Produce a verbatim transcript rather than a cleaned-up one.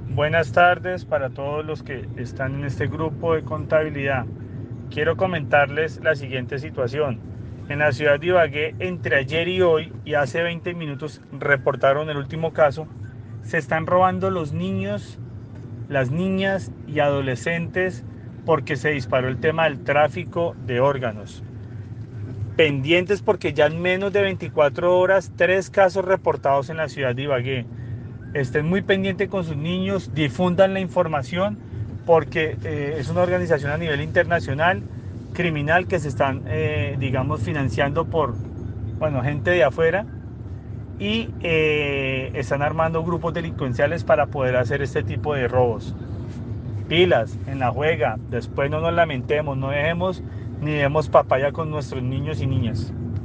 Buenas tardes para todos los que están en este grupo de contabilidad. Quiero comentarles la siguiente situación. En la ciudad de Ibagué, entre ayer y hoy, y hace veinte minutos reportaron el último caso, se están robando los niños, las niñas y adolescentes porque se disparó el tema del tráfico de órganos. Pendientes porque ya en menos de veinticuatro horas, tres casos reportados en la ciudad de Ibagué. Estén muy pendientes con sus niños, difundan la información porque eh, es una organización a nivel internacional criminal que se están, eh, digamos, financiando por, bueno, gente de afuera y eh, están armando grupos delincuenciales para poder hacer este tipo de robos. Pilas en la juega, después no nos lamentemos, no dejemos ni demos papaya con nuestros niños y niñas.